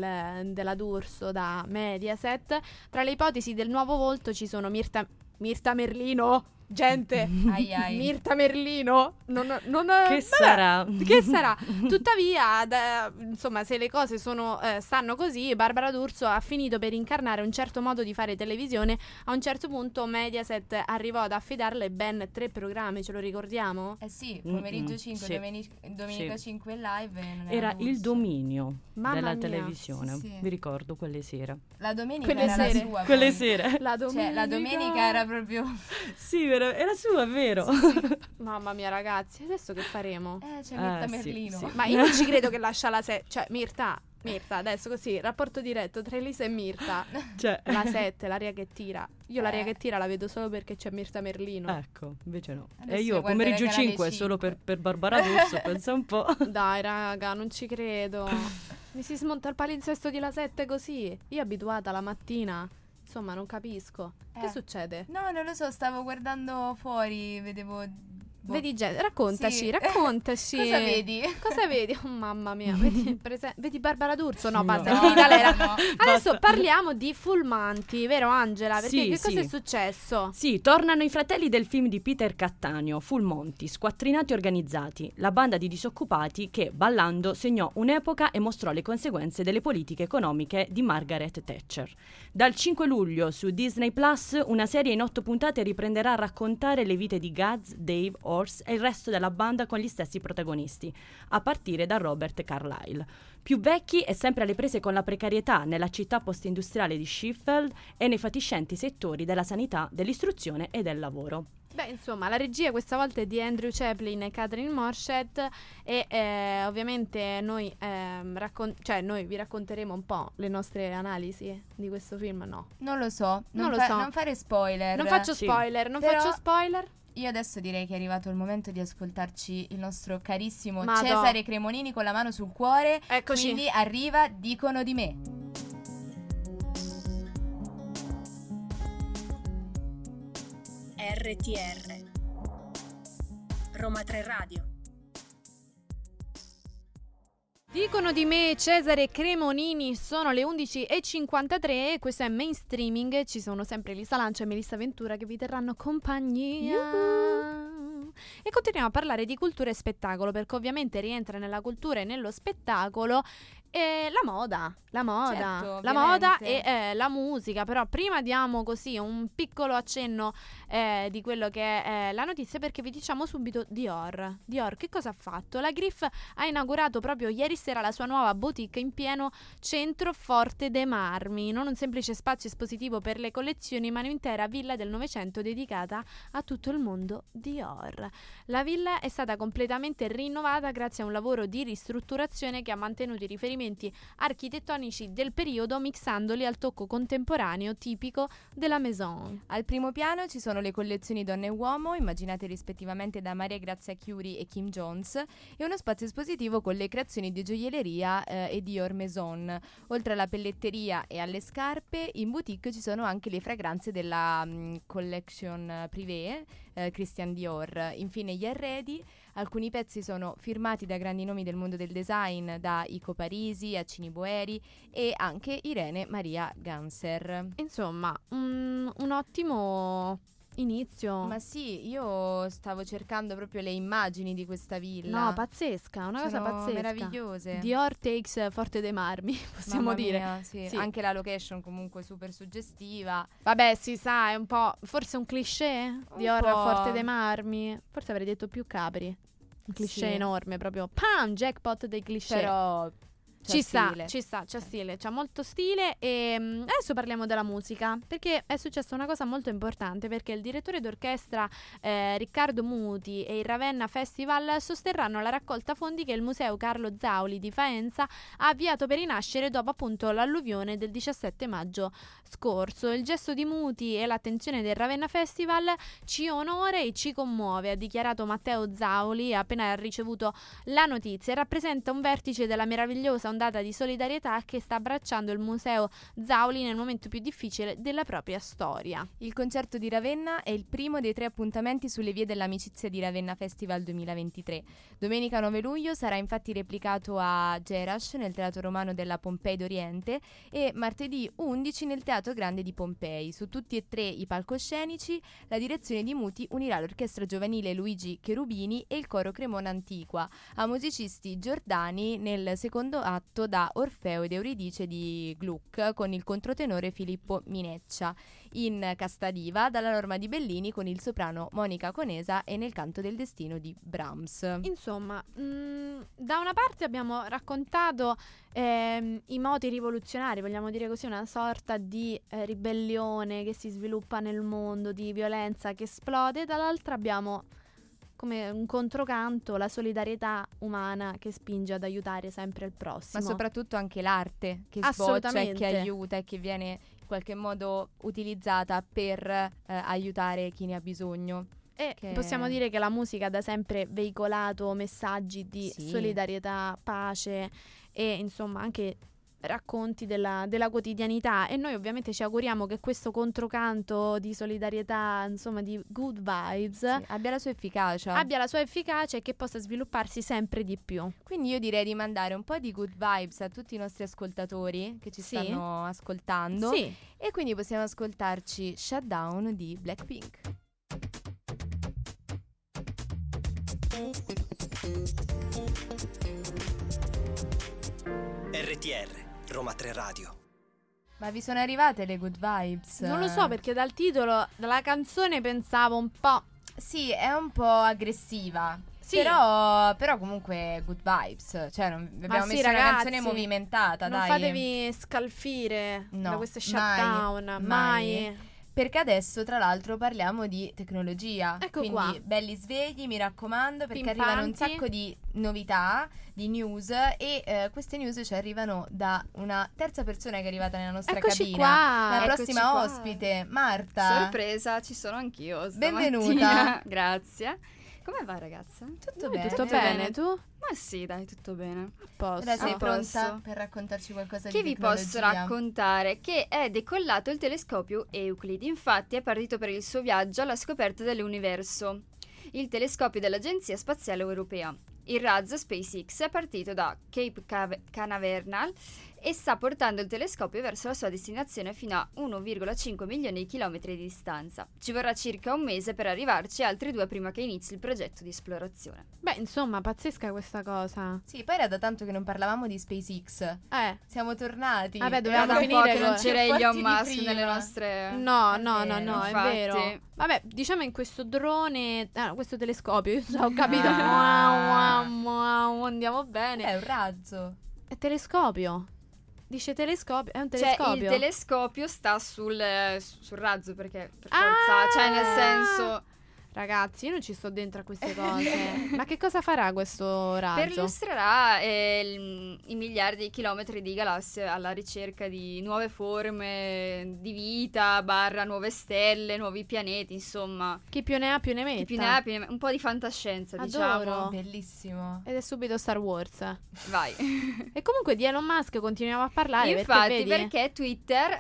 della D'Urso da Mediaset. Tra le ipotesi del nuovo volto ci sono Mirta Merlino. Gente, Ai. Mirta Merlino non Che sarà? Che sarà? Tuttavia, insomma, se le cose stanno così, Barbara D'Urso ha finito per incarnare un certo modo di fare televisione. A un certo punto Mediaset arrivò ad affidarle ben 3 programmi, ce lo ricordiamo? Sì, Pomeriggio 5, sì. domenica Sì. 5 live. E non Era D'Urso. il dominio Mamma della mia. televisione. Sì. Vi ricordo quelle sere. La domenica Quelle era sere. la sua. Quelle poi. sere. La domenica. Cioè, la domenica era proprio... Sì, era sua, è vero. Mamma mia, ragazzi, adesso che faremo? c'è Mirta sì, Merlino. sì. Ma io non ci credo che lascia la 7. Cioè, Mirta, adesso così, rapporto diretto tra Elisa e Mirta. Cioè, La 7, l'aria che tira. Io l'aria che tira la vedo solo perché c'è Mirta Merlino. ecco, invece no. Adesso E io guarderei Pomeriggio Canale 5 solo 5. per Barbara D'Urso, pensa un po'. Dai, raga, non ci credo. Mi si smonta il palinsesto di La 7 così. Io abituata la mattina. Insomma, non capisco. Che succede? No, non lo so, stavo guardando fuori, vedevo... Vedi, raccontaci, Sì. raccontaci. Cosa vedi? Cosa vedi? Oh, mamma mia, vedi Barbara D'Urso? No, No. basta, è finita l'era. No. Adesso Basta. parliamo di Fulmanti, vero Angela? Perché Sì, che cosa sì. è successo? Sì, tornano i fratelli del film di Peter Cattaneo, Full Monty, squattrinati organizzati, la banda di disoccupati che, ballando, segnò un'epoca e mostrò le conseguenze delle politiche economiche di Margaret Thatcher. Dal 5 luglio su Disney Plus, una serie in 8 puntate riprenderà a raccontare le vite di Gaz, Dave, Horse e il resto della banda con gli stessi protagonisti, a partire da Robert Carlyle. Più vecchi e sempre alle prese con la precarietà nella città post-industriale di Sheffield e nei fatiscenti settori della sanità, dell'istruzione e del lavoro. Beh, insomma, la regia questa volta è di Andrew Chaplin e Catherine Morset e ovviamente noi vi racconteremo un po' le nostre analisi di questo film, no? Non lo so, Non lo so. non fare spoiler. Non faccio Sì. spoiler, non Però- faccio spoiler. Io adesso direi che è arrivato il momento di ascoltarci il nostro carissimo Madò. Cesare Cremonini con la mano sul cuore. Eccoci. Quindi arriva Dicono di me. RTR Roma 3 Radio. Dicono di me Cesare Cremonini, sono le 11:53 e questo è Mainstreaming, ci sono sempre Elisa Lancia e Melissa Ventura che vi terranno compagnia. E continuiamo a parlare di cultura e spettacolo, perché ovviamente rientra nella cultura e nello spettacolo la moda, Certo, la moda ovviamente. e la musica. Però prima diamo così un piccolo accenno di quello che è la notizia, perché vi diciamo subito Dior. Dior che cosa ha fatto? La Griff ha inaugurato proprio ieri sera la sua nuova boutique in pieno centro Forte dei Marmi, non un semplice spazio espositivo per le collezioni, ma un'intera villa del Novecento dedicata a tutto il mondo Dior. La villa è stata completamente rinnovata grazie a un lavoro di ristrutturazione che ha mantenuto i riferimenti architettonici del periodo, mixandoli al tocco contemporaneo tipico della Maison. Al primo piano ci sono le collezioni Donna e Uomo, immaginate rispettivamente da Maria Grazia Chiuri e Kim Jones, e uno spazio espositivo con le creazioni di gioielleria e Dior Maison. Oltre alla pelletteria e alle scarpe, in boutique ci sono anche le fragranze della collection privé Christian Dior. Infine gli arredi, alcuni pezzi sono firmati da grandi nomi del mondo del design, da Ico Parisi a Cini Boeri e anche Irene Maria Ganser. Insomma, un ottimo inizio. Ma sì, io stavo cercando proprio le immagini di questa villa. No, pazzesca, una cosa Sono pazzesca. meravigliose. Dior takes Forte dei Marmi, possiamo Mamma dire. mia, sì. Sì. Anche la location comunque super suggestiva. Vabbè, si sa, è un po', forse un cliché. Dior po'. Forte dei Marmi. Forse avrei detto più Capri. Un cliché Sì. enorme, proprio pam, jackpot dei cliché. Però Ci sta, stile. c'è stile, c'ha molto stile. E adesso parliamo della musica, perché è successa una cosa molto importante, perché il direttore d'orchestra Riccardo Muti e il Ravenna Festival sosterranno la raccolta fondi che il Museo Carlo Zauli di Faenza ha avviato per rinascere dopo appunto l'alluvione del 17 maggio scorso. Il gesto di Muti e l'attenzione del Ravenna Festival ci onora e ci commuove, ha dichiarato Matteo Zauli appena ricevuto la notizia, e rappresenta un vertice della meravigliosa ondata di solidarietà che sta abbracciando il Museo Zauli nel momento più difficile della propria storia. Il concerto di Ravenna è il primo dei 3 appuntamenti sulle vie dell'amicizia di Ravenna Festival 2023. Domenica 9 luglio sarà infatti replicato a Gerash nel Teatro Romano della Pompei d'Oriente e martedì 11 nel Teatro Grande di Pompei. Su tutti e 3 i palcoscenici la direzione di Muti unirà l'orchestra giovanile Luigi Cherubini e il coro Cremona Antiqua a musicisti giordani nel secondo atto da Orfeo ed Euridice di Gluck con il controtenore Filippo Mineccia, in Casta Diva dalla Norma di Bellini con il soprano Monica Conesa e nel Canto del Destino di Brahms. Insomma, da una parte abbiamo raccontato i moti rivoluzionari, vogliamo dire così, una sorta di ribellione che si sviluppa nel mondo, di violenza che esplode, dall'altra abbiamo come un controcanto la solidarietà umana che spinge ad aiutare sempre il prossimo. Ma soprattutto anche l'arte che sboccia e che aiuta e che viene in qualche modo utilizzata per aiutare chi ne ha bisogno. E possiamo dire che la musica ha da sempre veicolato messaggi di solidarietà, pace e insomma anche racconti della quotidianità, e noi ovviamente ci auguriamo che questo controcanto di solidarietà, insomma di good vibes, abbia la sua efficacia e che possa svilupparsi sempre di più. Quindi io direi di mandare un po' di good vibes a tutti i nostri ascoltatori che ci stanno ascoltando, e quindi possiamo ascoltarci Shutdown di Blackpink. RTR Roma 3 Radio. Ma vi sono arrivate le good vibes? Non lo so, perché dal titolo della canzone pensavo un po'. Sì, è un po' aggressiva. Sì. Però comunque good vibes. Cioè abbiamo messo ragazzi, una canzone movimentata, non dai. fatevi scalfire da queste shutdown. Mai. Perché adesso tra l'altro parliamo di tecnologia. Ecco quindi qua. belli svegli, mi raccomando, perché Pimpanti. arrivano un sacco di novità, di news, e queste news ci arrivano da una terza persona che è arrivata nella nostra Eccoci cabina. qua. La Eccoci prossima qua. ospite, Marta. Sorpresa, ci sono anch'io Benvenuta. Grazie. Come va, ragazza? Tutto bene. Tutto bene, tu? Ma sì, dai, tutto bene. Ora sei A pronta posto. per raccontarci qualcosa Che di vi tecnologia? posso raccontare? Che è decollato il telescopio Euclid. Infatti è partito per il suo viaggio alla scoperta dell'universo. Il telescopio dell'Agenzia Spaziale Europea. Il razzo SpaceX è partito da Cape Canaveral e sta portando il telescopio verso la sua destinazione fino a 1,5 milioni di chilometri di distanza. Ci vorrà circa un mese per arrivarci e altri 2 prima che inizi il progetto di esplorazione. Beh, insomma, pazzesca questa cosa. Sì, poi era da tanto che non parlavamo di SpaceX. Siamo tornati. Vabbè, dovevamo Era da un po' finire che non c'era con- Elon di Musk prima. nelle nostre... No, è infatti. vero. Vabbè, diciamo in questo drone, questo telescopio, io già ho capito. Andiamo bene. È un razzo. È telescopio. Dice telescopio, è un Cioè telescopio. il telescopio sta sul razzo perché per forza, cioè nel senso Ragazzi, io non ci sto dentro a queste cose. Ma che cosa farà questo razzo? Perlustrerà i miliardi di chilometri di galassie alla ricerca di nuove forme di vita, nuove stelle, nuovi pianeti, insomma. Chi più ne ha più ne metta. Chi più ne ha più ne metta. Un po' di fantascienza, Adoro. diciamo. Bellissimo. Ed è subito Star Wars. Vai. E comunque di Elon Musk continuiamo a parlare. Infatti, vedi? perché Twitter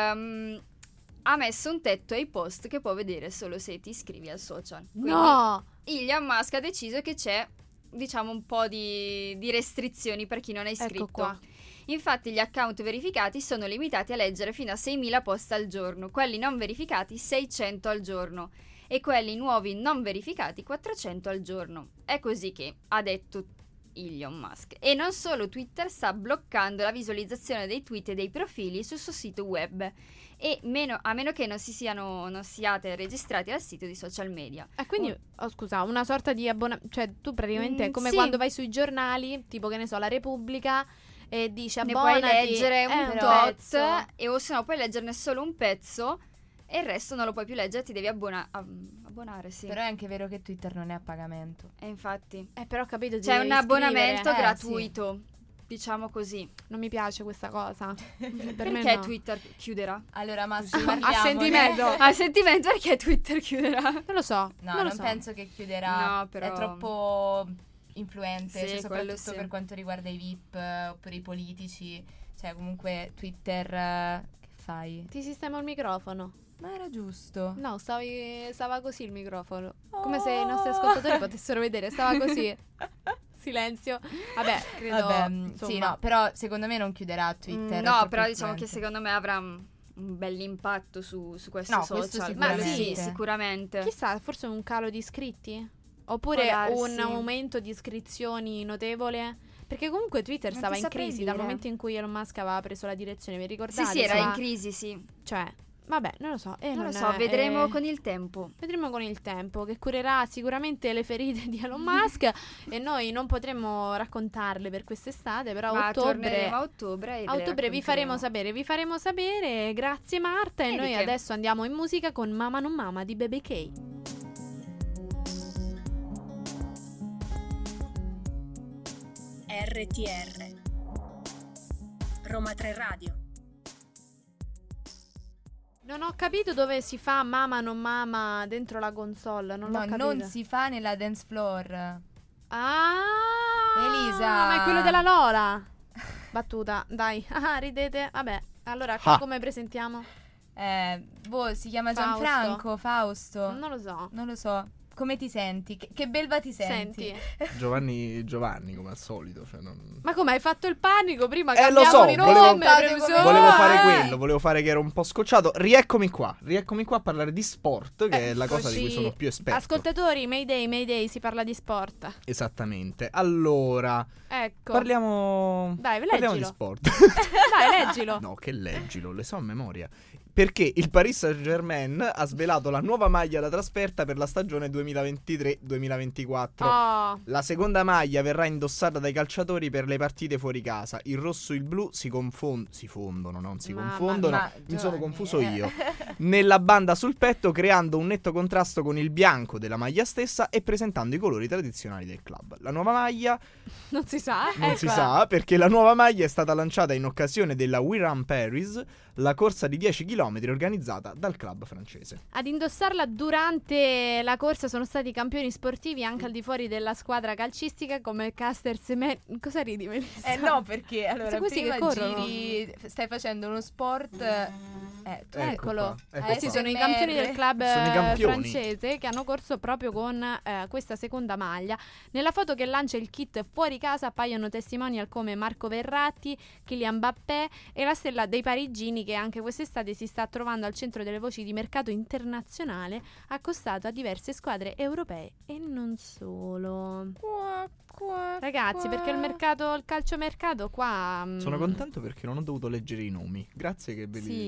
ha messo un tetto ai post che puoi vedere solo se ti iscrivi al social. Quindi No! Elon Musk ha deciso che c'è, diciamo, un po' di restrizioni per chi non è iscritto. Ecco qua. Infatti gli account verificati sono limitati a leggere fino a 6.000 post al giorno, quelli non verificati 600 al giorno e quelli nuovi non verificati 400 al giorno. È così che ha detto Elon Musk. E non solo, Twitter sta bloccando la visualizzazione dei tweet e dei profili sul suo sito web, e a meno che non siate registrati al sito di social media. E quindi, scusa, una sorta di cioè tu praticamente è come sì. quando vai sui giornali, tipo che ne so, La Repubblica, e dici Ne abbonati. puoi leggere un pezzo. tot, o se no puoi leggerne solo un pezzo e il resto non lo puoi più leggere, ti devi abbonare, sì. Però è anche vero che Twitter non è a pagamento. E infatti Però ho capito, ti c'è devi un abbonamento iscrivere. gratuito, diciamo così. Non mi piace questa cosa. Per me Perché no. Twitter chiuderà? Allora, ma A sentimento. A sentimento, perché Twitter chiuderà? Non lo so. No, non lo non so. penso che chiuderà. No, però È troppo influente, Sì, cioè, soprattutto quello sì. per quanto riguarda i VIP oppure i politici. Cioè, comunque Twitter che fai? Ti sistemo il microfono. Ma era giusto. No, stava così il microfono. Come se i nostri ascoltatori potessero vedere. Stava così. Silenzio. Vabbè, credo. Vabbè, insomma. sì, no, però secondo me non chiuderà Twitter. è No, troppo però diciamo influente. che secondo me avrà un bell'impatto su questi No, social. questo Quello sicuramente. sì, sicuramente. Chissà, forse un calo di iscritti? Oppure Può darsi. un aumento di iscrizioni notevole? Perché comunque Twitter Non stava ti in saprei crisi dal dire. momento in cui Elon Musk aveva preso la direzione, vi ricordate? Sì, era Stava- in crisi, sì. Cioè, vabbè, non lo so. Non lo so, vedremo con il tempo. Vedremo con il tempo, che curerà sicuramente le ferite di Elon Musk e noi non potremo raccontarle per quest'estate, però Ma a ottobre... torneremo a ottobre e A ottobre vi faremo sapere, grazie Marta, e E di noi che? adesso andiamo in musica con Mama non Mama di Baby K. RTR Roma 3 Radio. Non ho capito dove si fa Mama non Mama dentro la console, non l'ho No, capito. non si fa nella dance floor. Ah! Elisa! Ma è quello della Lola. Battuta, dai. Ah, ridete. Vabbè, allora Ah. come presentiamo? Si chiama Fausto. Gianfranco, Fausto. Non lo so. Non lo so. Come ti senti? Che belva ti senti? Senti. Giovanni, come al solito. Cioè non... Ma come hai fatto il panico prima? Lo Cambiamo so, di volevo- nome, preso- Volevo fare quello, volevo fare che ero un po' scocciato. Rieccomi qua a parlare di sport, che è la cosa di cui sono più esperto. Ascoltatori, Mayday, si parla di sport. Esattamente. Allora, Ecco. parliamo di leggilo. sport. Dai, leggilo. No, che leggilo, le so a memoria. Perché il Paris Saint-Germain ha svelato la nuova maglia da trasferta per la stagione 2023-2024. Oh. La seconda maglia verrà indossata dai calciatori per le partite fuori casa. Il rosso e il blu si confondono. Mi sono confuso io. Nella banda sul petto, creando un netto contrasto con il bianco della maglia stessa e presentando i colori tradizionali del club. La nuova maglia Non si sa. non si ecco. sa, perché la nuova maglia è stata lanciata in occasione della We Run Paris, la corsa di 10 km organizzata dal club francese. Ad indossarla durante la corsa sono stati campioni sportivi anche al di fuori della squadra calcistica come Caster Semen. Cosa ridi, Melissa? No, perché allora Sono questi prima che corrono. stai facendo uno sport. Tu Eccolo. qua, ecco Questi qua. sono i campioni del club Sono i campioni. francese che hanno corso proprio con questa seconda maglia. Nella foto che lancia il kit fuori casa appaiono testimonial come Marco Verratti, Kylian Mbappé e la stella dei parigini, che anche quest'estate si sta trovando al centro delle voci di mercato internazionale, accostato a diverse squadre europee e non solo. Ragazzi, perché il calciomercato qua Sono contento perché non ho dovuto leggere i nomi. Grazie che ve li Sì. siete letti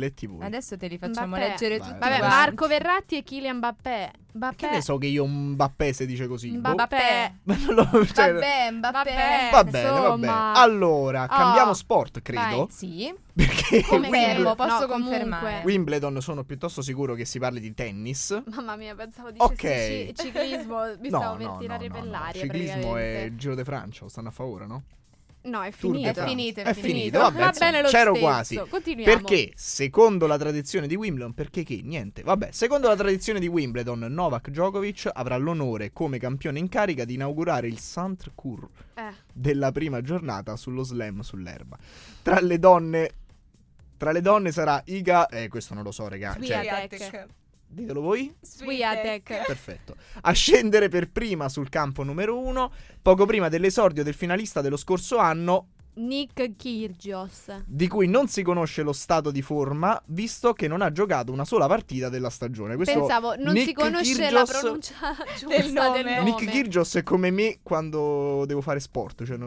letti voi. Adesso te li facciamo Mbappé. leggere Vai. tutti. Vabbè, quanti. Marco Verratti e Kylian Mbappé. Che ne so che io un Mbappé se dice così. Mbappé. Boh. Cioè, Vabbè, Mbappé. va bene, va insomma. bene. Allora, cambiamo Oh, sport, credo. vai. Sì. Perché Confermo, No, posso comunque. confermare. Wimbledon sono piuttosto sicuro che si parli di tennis. Mamma mia, pensavo di Ok. ciclismo. Mi stavo per tirare per no. l'aria. Ciclismo e praticamente. Giro de Francia, lo stanno a favore, no? No, è Tour de finito. France. È finito, Vabbè, Va insomma, bene lo c'ero stesso. quasi. Continuiamo. Perché, secondo la tradizione di Wimbledon, perché che? Niente. Vabbè, secondo la tradizione di Wimbledon, Novak Djokovic avrà l'onore come campione in carica di inaugurare il Centre Court della prima giornata sullo slam sull'erba. Tra le donne sarà Iga, questo non lo so, raga. Cioè, Swiatek. ditelo voi. Swiatek. Perfetto. A scendere per prima sul campo numero 1, poco prima dell'esordio del finalista dello scorso anno, Nick Kyrgios. di cui non si conosce lo stato di forma, visto che non ha giocato una sola partita della stagione. Questo Pensavo, non Nick si conosce la Kyrgios- pronuncia giusta del nome. del nome. Nick Kyrgios è come me quando devo fare sport, cioè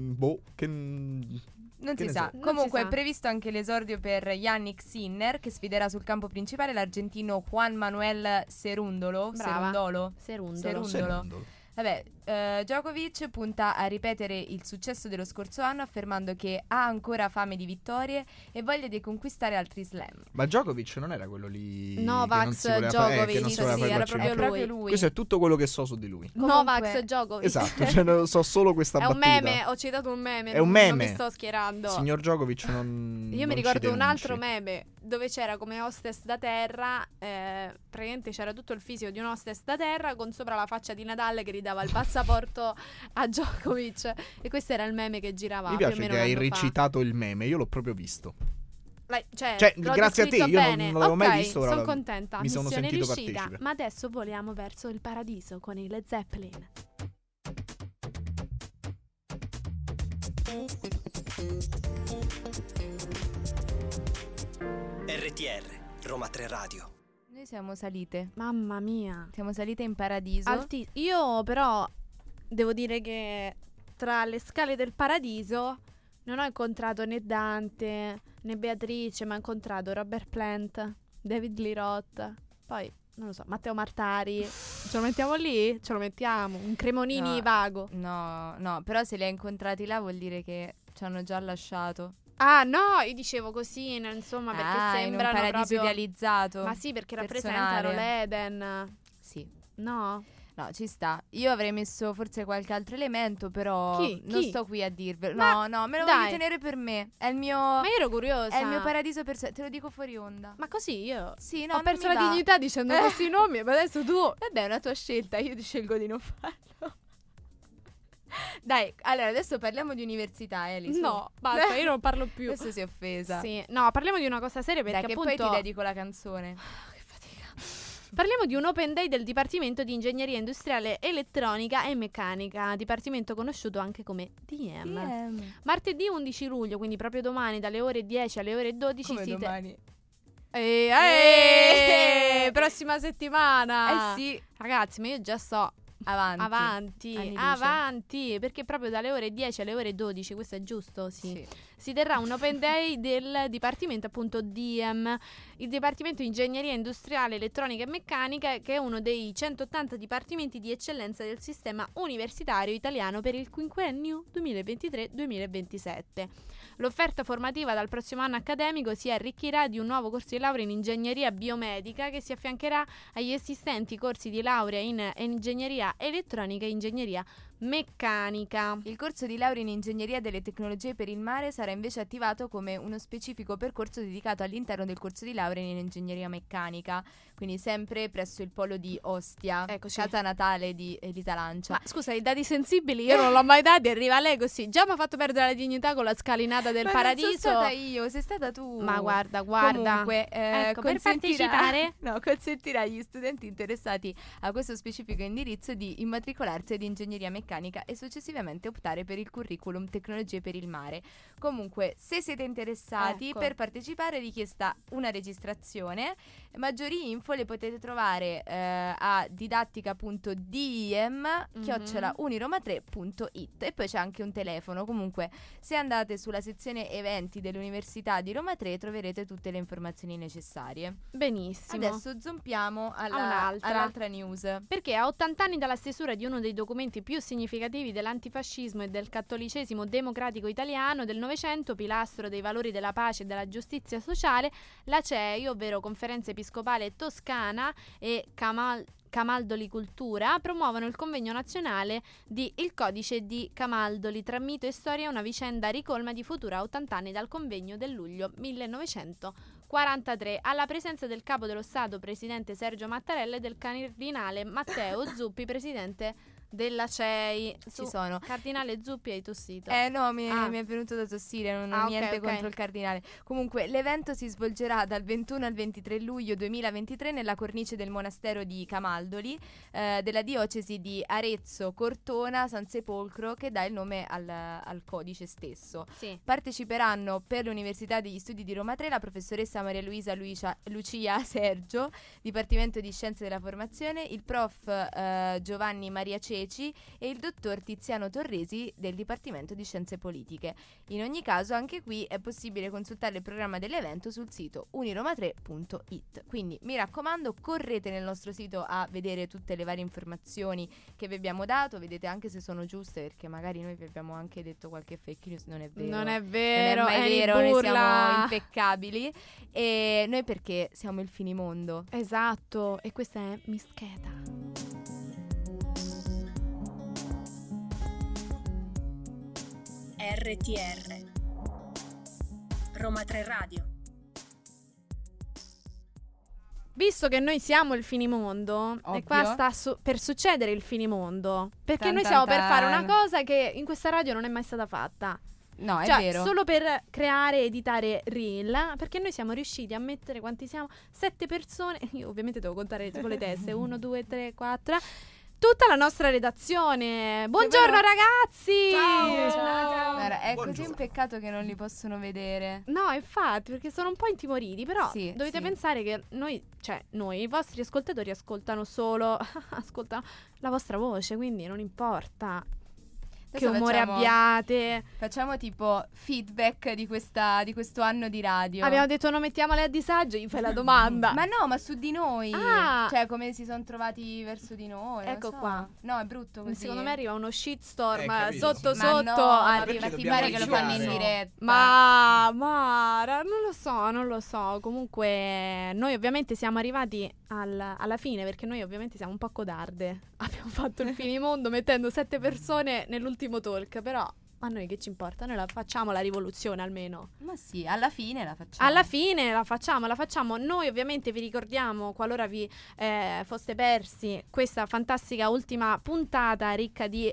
Non Che si ne sa. so. Comunque Non si è sa. previsto anche l'esordio per Yannick Sinner, che sfiderà sul campo principale l'argentino Juan Manuel Cerundolo. Brava. Cerundolo. Serondolo. Vabbè, Djokovic punta a ripetere il successo dello scorso anno, affermando che ha ancora fame di vittorie e voglia di conquistare altri slam. Ma Djokovic non era quello lì Novax che non si voleva fare, Djokovic, che non si voleva sì, fare era vaccinare. proprio lui. Questo è tutto quello che so su di lui. Novax Comunque- Djokovic. Esatto, cioè, so solo questa È un battuta. meme, ho citato un meme. È un Non meme. mi sto schierando. Signor Djokovic non Io non mi ci ricordo un denunci. altro meme dove c'era come hostess da terra, praticamente c'era tutto il fisico di un hostess da terra con sopra la faccia di Nadal che ridava il passaporto a Djokovic, e questo era il meme che girava Mi più o piace meno che un hai anno fa. recitato il meme, io l'ho proprio visto. Cioè, Cioè, grazie a te, descritto io non bene. l'avevo mai Ok, visto, ora sono contenta, mi sono missione sentito riuscita. partecipe. Ma adesso voliamo verso il paradiso con i Led Zeppelin. RTR, Roma 3 Radio. Noi siamo salite. Mamma mia. Siamo salite in paradiso. Io però devo dire che tra le scale del paradiso non ho incontrato né Dante né Beatrice, ma ho incontrato Robert Plant, David Lee Roth, poi non lo so, Matteo Martari. Ce lo mettiamo lì? Ce lo mettiamo, un Cremonini No. vago. No, però se li hai incontrati là vuol dire che ci hanno già lasciato. Ah no, io dicevo così, insomma, perché sembrano in un paradiso proprio... idealizzato. Ma sì, perché personale. rappresentano l'Eden. Sì. No? No, ci sta. Io avrei messo forse qualche altro elemento, però Chi? non Chi? sto qui a dirvelo. Ma No, me lo dai. voglio tenere per me. È il mio Ma io ero curiosa. è il mio paradiso te lo dico fuori onda. Ma così io Sì, no, ho non perso mi la va. dignità dicendo questi nomi, ma adesso tu... Vabbè, è una tua scelta, io scelgo di non farlo. Dai, allora adesso parliamo di università, Eli. su. No, basta, io non parlo più. Adesso si è offesa. Sì, no, parliamo di una cosa seria perché Dai, che appunto... poi ti dedico la canzone. Che fatica. Parliamo di un open day del Dipartimento di Ingegneria Industriale Elettronica e Meccanica, dipartimento conosciuto anche come DM. Martedì 11 luglio, quindi proprio domani, dalle ore 10 alle ore 12 Come domani? prossima settimana. Sì, Ragazzi, ma io già so. avanti. Anni luce. Avanti, perché proprio dalle ore 10 alle ore 12, questo è giusto? Sì. Si terrà un open day del dipartimento appunto DM, il Dipartimento di Ingegneria Industriale, Elettronica e Meccanica, che è uno dei 180 dipartimenti di eccellenza del sistema universitario italiano per il quinquennio 2023-2027. L'offerta formativa dal prossimo anno accademico si arricchirà di un nuovo corso di laurea in ingegneria biomedica che si affiancherà agli esistenti corsi di laurea in ingegneria elettronica e ingegneria meccanica. Il corso di laurea in ingegneria delle tecnologie per il mare sarà invece attivato come uno specifico percorso dedicato all'interno del corso di laurea in ingegneria meccanica, quindi sempre presso il polo di Ostia, Eccoci. casa natale di Elisa Lancia. Ma scusa, i dati sensibili io non l'ho mai dati, arriva lei così. Già mi ha fatto perdere la dignità con la scalinata del Ma paradiso. non sono stata io, sei stata tu. Ma guarda. Comunque, Ecco, per consentirà- partecipare consentirà agli studenti interessati a questo specifico indirizzo di immatricolarsi ad ingegneria meccanica meccanica e successivamente optare per il curriculum tecnologie per il mare. Comunque, se siete interessati, Ecco. per partecipare è richiesta una registrazione. Maggiori info le potete trovare a didattica.dim@uniroma3.it e poi c'è anche un telefono. Comunque, se andate sulla sezione eventi dell'Università di Roma 3 troverete tutte le informazioni necessarie. Benissimo. Adesso zompiamo un'altra. all'altra news. Perché a 80 anni dalla stesura di uno dei documenti più significativi dell'antifascismo e del cattolicesimo democratico italiano del Novecento, pilastro dei valori della pace e della giustizia sociale, la CEI, ovvero Conferenza Episcopale Toscana, e Camaldoli Cultura promuovono il convegno nazionale di Il Codice di Camaldoli, tra mito e storia, una vicenda ricolma di futura a 80 anni dal convegno del luglio 1943, alla presenza del capo dello Stato, presidente Sergio Mattarella, e del cardinale Matteo Zuppi, presidente della CEI. Ci sono. Cardinale Zuppi, hai tossito? No, mi è venuto da tossire, non ho niente contro il cardinale. Comunque, l'evento si svolgerà dal 21 al 23 luglio 2023 nella cornice del monastero di Camaldoli, della diocesi di Arezzo-Cortona San Sepolcro, che dà il nome al codice stesso. Sì. Parteciperanno per l'Università degli Studi di Roma 3 la professoressa Maria Lucia Sergio, Dipartimento di Scienze della Formazione, il prof Giovanni Maria Ceci e il dottor Tiziano Torresi del Dipartimento di Scienze Politiche. In ogni caso, anche qui è possibile consultare il programma dell'evento sul sito uniroma3.it. Quindi mi raccomando, correte nel nostro sito a vedere tutte le varie informazioni che vi abbiamo dato, vedete anche se sono giuste, perché magari noi vi abbiamo anche detto qualche fake news, non è vero. Non è vero, non è mai vero, burla. noi siamo impeccabili e noi perché siamo il finimondo. Esatto, e questa è Mischeta. RTR Roma 3 Radio. Visto che noi siamo il finimondo, Ovvio. e qua sta per succedere il finimondo, perché Tan noi tan stiamo per tan. fare una cosa che in questa radio non è mai stata fatta. No, è Cioè, vero. solo per creare e editare reel, perché noi siamo riusciti a mettere, quanti siamo? 7 persone. Io ovviamente devo contare con le teste. 1, 2, 3, 4. Tutta la nostra redazione. Buongiorno ragazzi! Ciao. Guarda, è Buongiorno. così un peccato che non li possono vedere. No, infatti, perché sono un po' intimoriti, però Sì, dovete sì. pensare che noi, i vostri ascoltatori ascoltano solo ascoltano la vostra voce, quindi non importa Adesso che umore abbiate. Facciamo tipo feedback di questo anno di radio. Abbiamo detto non mettiamole a disagio, gli fai la domanda. Ma no, ma su di noi. Ah. Cioè, come si sono trovati verso di noi. non Ecco so. qua. No, è brutto così. Secondo me arriva uno shitstorm Capito. sotto Ma sotto. no, ma arriva. ti pare che lo fanno in iniziare. diretta? Ma Mara, non lo so. Comunque noi ovviamente siamo arrivati alla fine, perché noi ovviamente siamo un po' codarde. Abbiamo fatto il finimondo mettendo 7 persone nell'ultimo talk, però a noi che ci importa? Noi la facciamo la rivoluzione almeno. Ma sì, alla fine la facciamo. Alla fine la facciamo. Noi ovviamente vi ricordiamo, qualora vi foste persi questa fantastica ultima puntata ricca di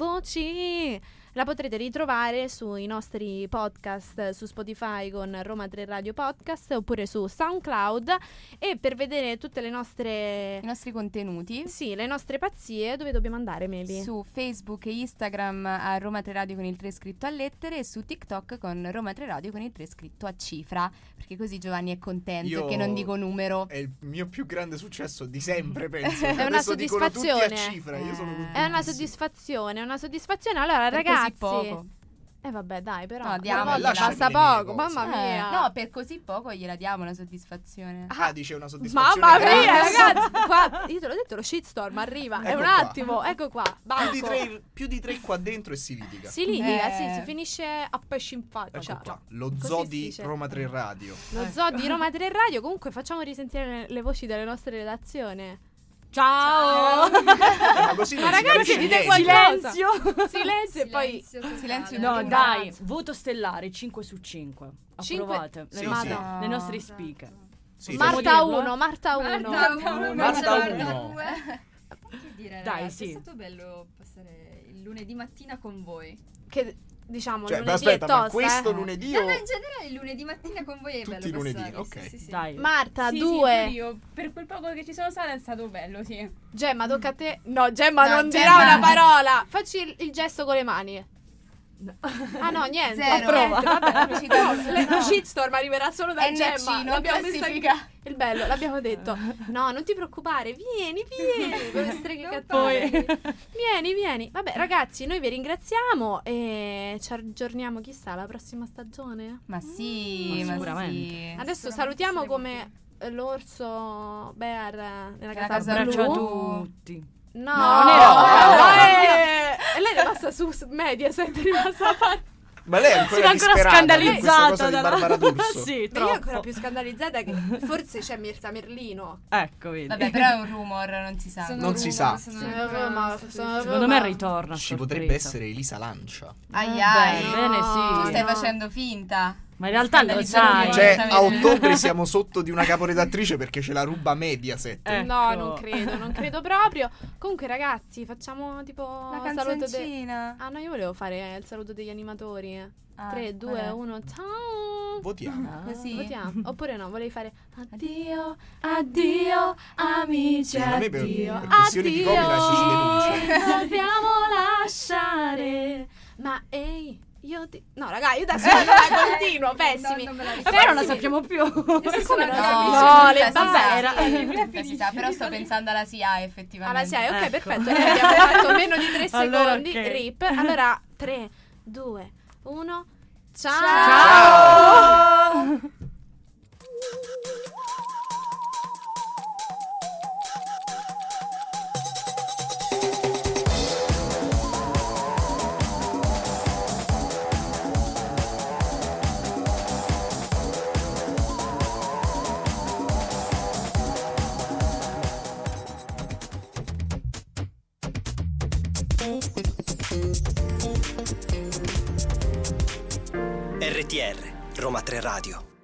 voci, la potrete ritrovare sui nostri podcast su Spotify con Roma 3 Radio Podcast, oppure su SoundCloud. E per vedere tutte le nostre i nostri contenuti le nostre pazzie, dove dobbiamo andare, Meli? su Facebook e Instagram a Roma 3 Radio con il 3 scritto a lettere, e su TikTok con Roma 3 Radio con il 3 scritto a cifra, perché così Giovanni è contento che non dico numero. È il mio più grande successo di sempre, penso. È una Adesso dicono tutti a soddisfazione. cifra, io sono È una soddisfazione. Allora, Per ragazzi, così poco. vabbè, dai, però No, una diamogliela. volta basta Lasciami dire poco, cose. mamma mia. No, per così poco gliela diamo la soddisfazione. Ah, dice una soddisfazione. Mamma mia, gratis. ragazzi, qua, io te l'ho detto, lo shitstorm arriva. È Ecco un qua. attimo, ecco qua. Banco. Più di tre qua dentro e si litiga. Si litiga, Eh. si finisce a pesce in faccia. Ecco qua, lo Così zoo si di dice. Roma 3 Radio. Lo zoo di Roma 3 Radio. Comunque facciamo risentire le voci delle nostre redazione. Ciao! Ma così non Ma si ragazzi, capisce dite niente. qualcosa. Silenzio! Silenzio e poi Silenzio No, totale. dai, voto stellare 5 su 5. Cinque- Approvate. Sì, le, sì. nostre, le nostre speaker. Sì, Marta dirlo, 1, Marta 1. Marta 1. Che dire, Dai, ragazzi, sì. è stato bello passare il lunedì mattina con voi. Che diciamo, Cioè, lunedì aspetta, è tosta, ma questo lunedì No, o no, in generale il lunedì mattina con voi è tutti bello i lunedì? passare. Ok. Sì. Dai. Marta, Sì, 2. pure io, per quel poco che ci sono stata è stato bello, sì. Gemma, tocca a te. No, Gemma No, non Gemma. dirà una parola. Facci il gesto con le mani. Ah no, niente. Zero. Prova. Vabbè, Ci no, do- lo shitstorm arriverà solo da NC, Gemma. non L'abbiamo messa classifica. il bello, l'abbiamo detto. No, non ti preoccupare, vieni. Come streghe Non cattive. Vieni. Vabbè, ragazzi, noi vi ringraziamo e ci aggiorniamo, chissà, la prossima stagione. Ma sì, Ma ma sicuramente. sì. Adesso salutiamo come l'orso Bear nella Nella casa casa Abbraccio a blu. tutti. No, non era- E lei è rimasta su Mediaset, è rimasta a fare. Ma lei è ancora Sono ancora disperata per questa scandalizzata cosa di Barbara D'Urso. Sì, Ma io troppo. ancora più scandalizzata che forse c'è Mirta Merlino. Ecco, vedi. Vabbè, però è un rumor, non si sa. Non si sa. Secondo me ritorna. a Ci sorpresa. potrebbe essere Elisa Lancia. Ai Beh, ai. bene, sì. Tu stai No. facendo finta. Ma in realtà lo sai. Cioè, Esattamente. a ottobre siamo sotto di una caporedattrice perché ce la ruba Mediaset. Ecco. No, non credo proprio. Comunque, ragazzi, facciamo tipo La saluto canzoncina. Ah, no, io volevo fare il saluto degli animatori. Ah, 3, 2, vabbè. 1, ciao. Votiamo. Così. Votiamo. Oppure no, volevi fare Addio, addio, amici, Secondo me per addio. questioni di copyright ci denuncia. Dobbiamo lasciare. Ma ehi, io ti... No, raga, io adesso non la continuo, pessimi. non me la Ma poi non la sappiamo più. Come non la No, capisci? le le bambole era si sa, però sto pensando alla SIA effettivamente. Alla SIAE, ok, Ecco. perfetto. Noi abbiamo fatto meno di 3 Allora, secondi. ok. Rip. Allora, 3, 2, 1. Ciao! Ciao! RTR, Roma 3 Radio.